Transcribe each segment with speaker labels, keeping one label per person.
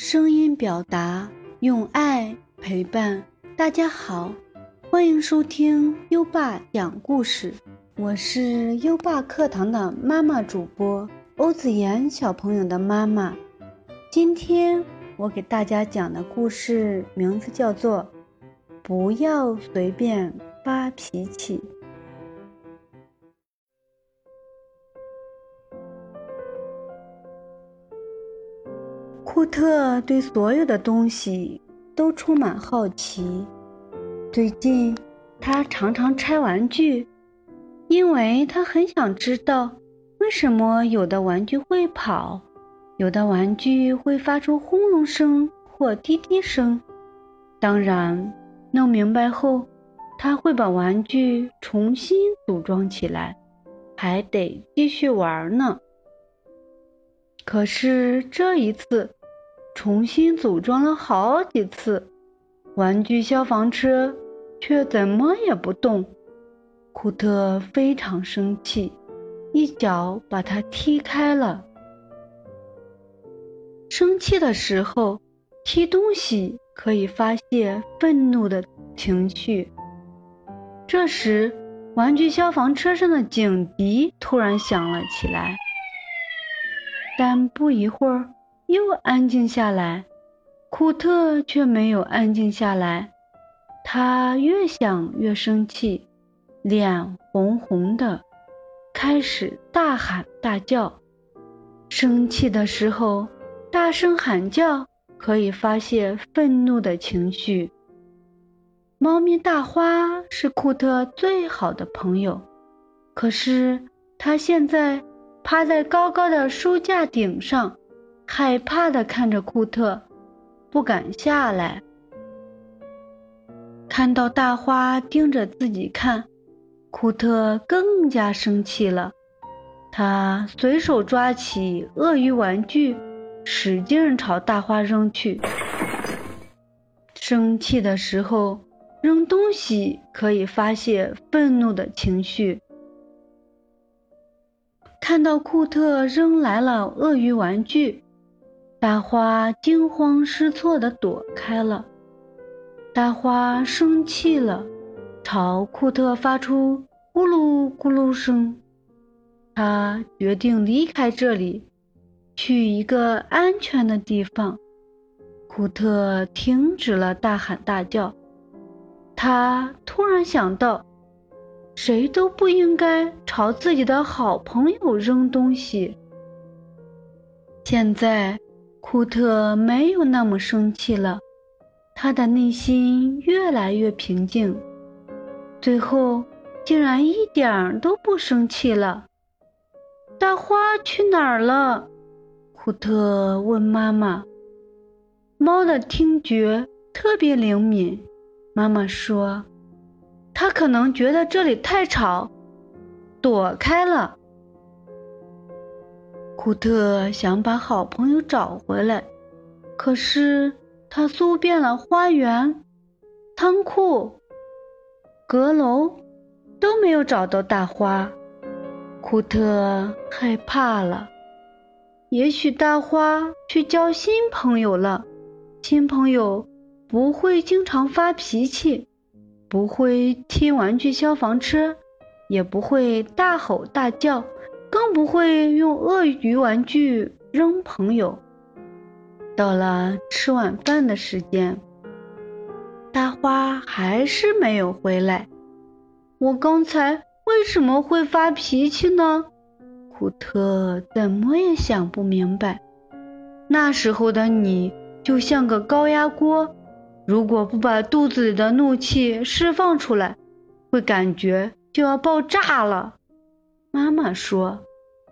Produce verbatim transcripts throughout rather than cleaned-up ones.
Speaker 1: 声音表达，用爱陪伴。大家好，欢迎收听优爸讲故事，我是优爸课堂的妈妈主播欧子妍小朋友的妈妈。今天我给大家讲的故事名字叫做不要随便发脾气。库特对所有的东西都充满好奇。最近他常常拆玩具，因为他很想知道为什么有的玩具会跑，有的玩具会发出轰隆声或滴滴声。当然，弄明白后，他会把玩具重新组装起来，还得继续玩呢。可是这一次重新组装了好几次，玩具消防车却怎么也不动。库特非常生气，一脚把它踢开了。生气的时候，踢东西可以发泄愤怒的情绪。这时，玩具消防车上的警笛突然响了起来，但不一会儿又安静下来。库特却没有安静下来，他越想越生气，脸红红的，开始大喊大叫。生气的时候，大声喊叫可以发泄愤怒的情绪。猫咪大花是库特最好的朋友，可是它现在趴在高高的书架顶上，害怕地看着库特，不敢下来。看到大花盯着自己看，库特更加生气了。他随手抓起鳄鱼玩具，使劲朝大花扔去。生气的时候，扔东西可以发泄愤怒的情绪。看到库特扔来了鳄鱼玩具，大花惊慌失措地躲开了。大花生气了，朝库特发出咕噜咕噜声。他决定离开这里，去一个安全的地方。库特停止了大喊大叫。他突然想到，谁都不应该朝自己的好朋友扔东西。现在库特没有那么生气了，他的内心越来越平静，最后竟然一点都不生气了。大花去哪儿了？库特问妈妈。猫的听觉特别灵敏，妈妈说，它可能觉得这里太吵，躲开了。库特想把好朋友找回来，可是他搜遍了花园、仓库、阁楼，都没有找到大花。库特害怕了，也许大花去交新朋友了。新朋友不会经常发脾气，不会踢玩具消防车，也不会大吼大叫，更不会用鳄鱼玩具扔朋友。到了吃晚饭的时间，大花还是没有回来。我刚才为什么会发脾气呢？库特怎么也想不明白。那时候的你就像个高压锅，如果不把肚子里的怒气释放出来，会感觉就要爆炸了。妈妈说。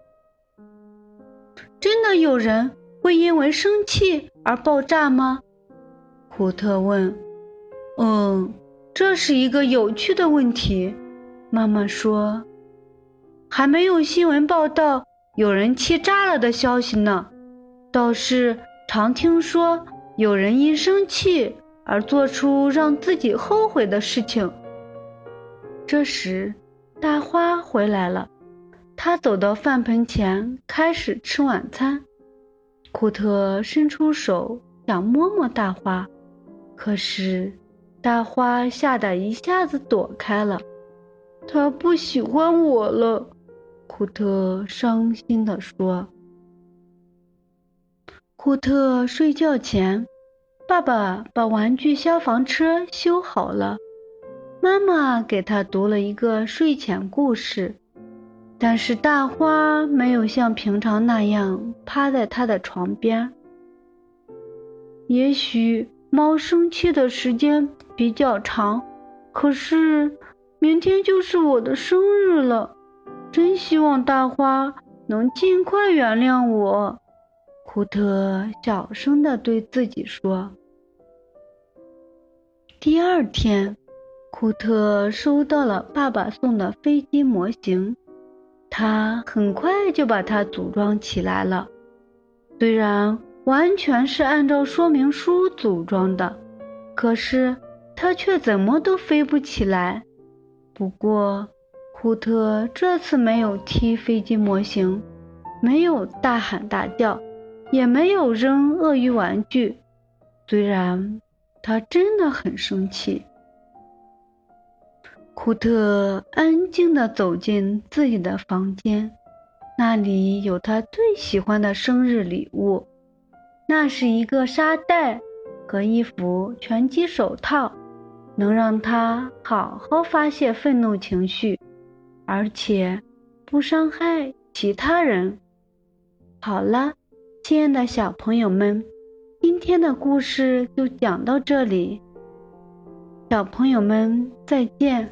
Speaker 1: 真的有人会因为生气而爆炸吗？库特问。嗯，这是一个有趣的问题，妈妈说。还没有新闻报道有人气炸了的消息呢，倒是常听说有人因生气而做出让自己后悔的事情。这时，大花回来了，他走到饭盆前开始吃晚餐。库特伸出手想摸摸大花，可是大花吓得一下子躲开了。他不喜欢我了，库特伤心地说。库特睡觉前，爸爸把玩具消防车修好了，妈妈给他读了一个睡前故事，但是大花没有像平常那样趴在他的床边。也许猫生气的时间比较长，可是明天就是我的生日了，真希望大花能尽快原谅我，库特小声地对自己说。第二天，库特收到了爸爸送的飞机模型，他很快就把它组装起来了。虽然完全是按照说明书组装的，可是它却怎么都飞不起来。不过库特这次没有踢飞机模型，没有大喊大叫，也没有扔鳄鱼玩具，虽然他真的很生气。库特安静地走进自己的房间，那里有他最喜欢的生日礼物，那是一个沙袋和一副拳击手套，能让他好好发泄愤怒情绪，而且不伤害其他人。好了，亲爱的小朋友们，今天的故事就讲到这里，小朋友们再见。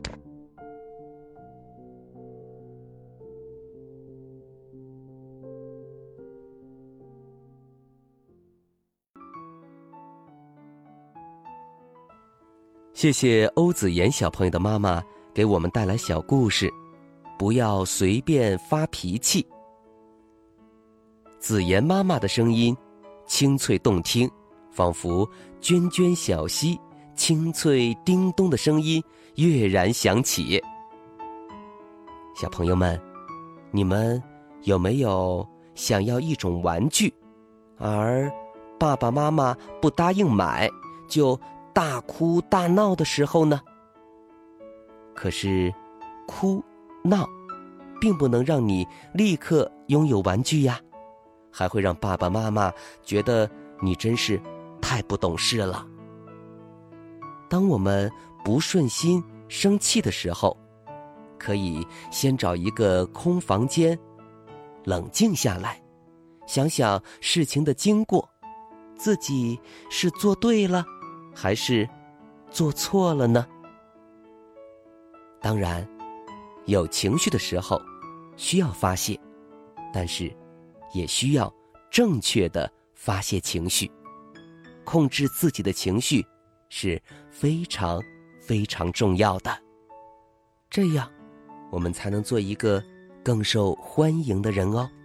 Speaker 2: 谢谢欧子妍小朋友的妈妈给我们带来小故事，不要随便发脾气。子妍妈妈的声音清脆动听，仿佛涓涓小溪，清脆叮咚的声音跃然响起。小朋友们，你们有没有想要一种玩具，而爸爸妈妈不答应买，就大哭大闹的时候呢？可是哭闹并不能让你立刻拥有玩具呀，还会让爸爸妈妈觉得你真是太不懂事了。当我们不顺心生气的时候，可以先找一个空房间，冷静下来，想想事情的经过，自己是做对了还是做错了呢？当然，有情绪的时候需要发泄，但是也需要正确的发泄情绪。控制自己的情绪是非常非常重要的，这样我们才能做一个更受欢迎的人哦。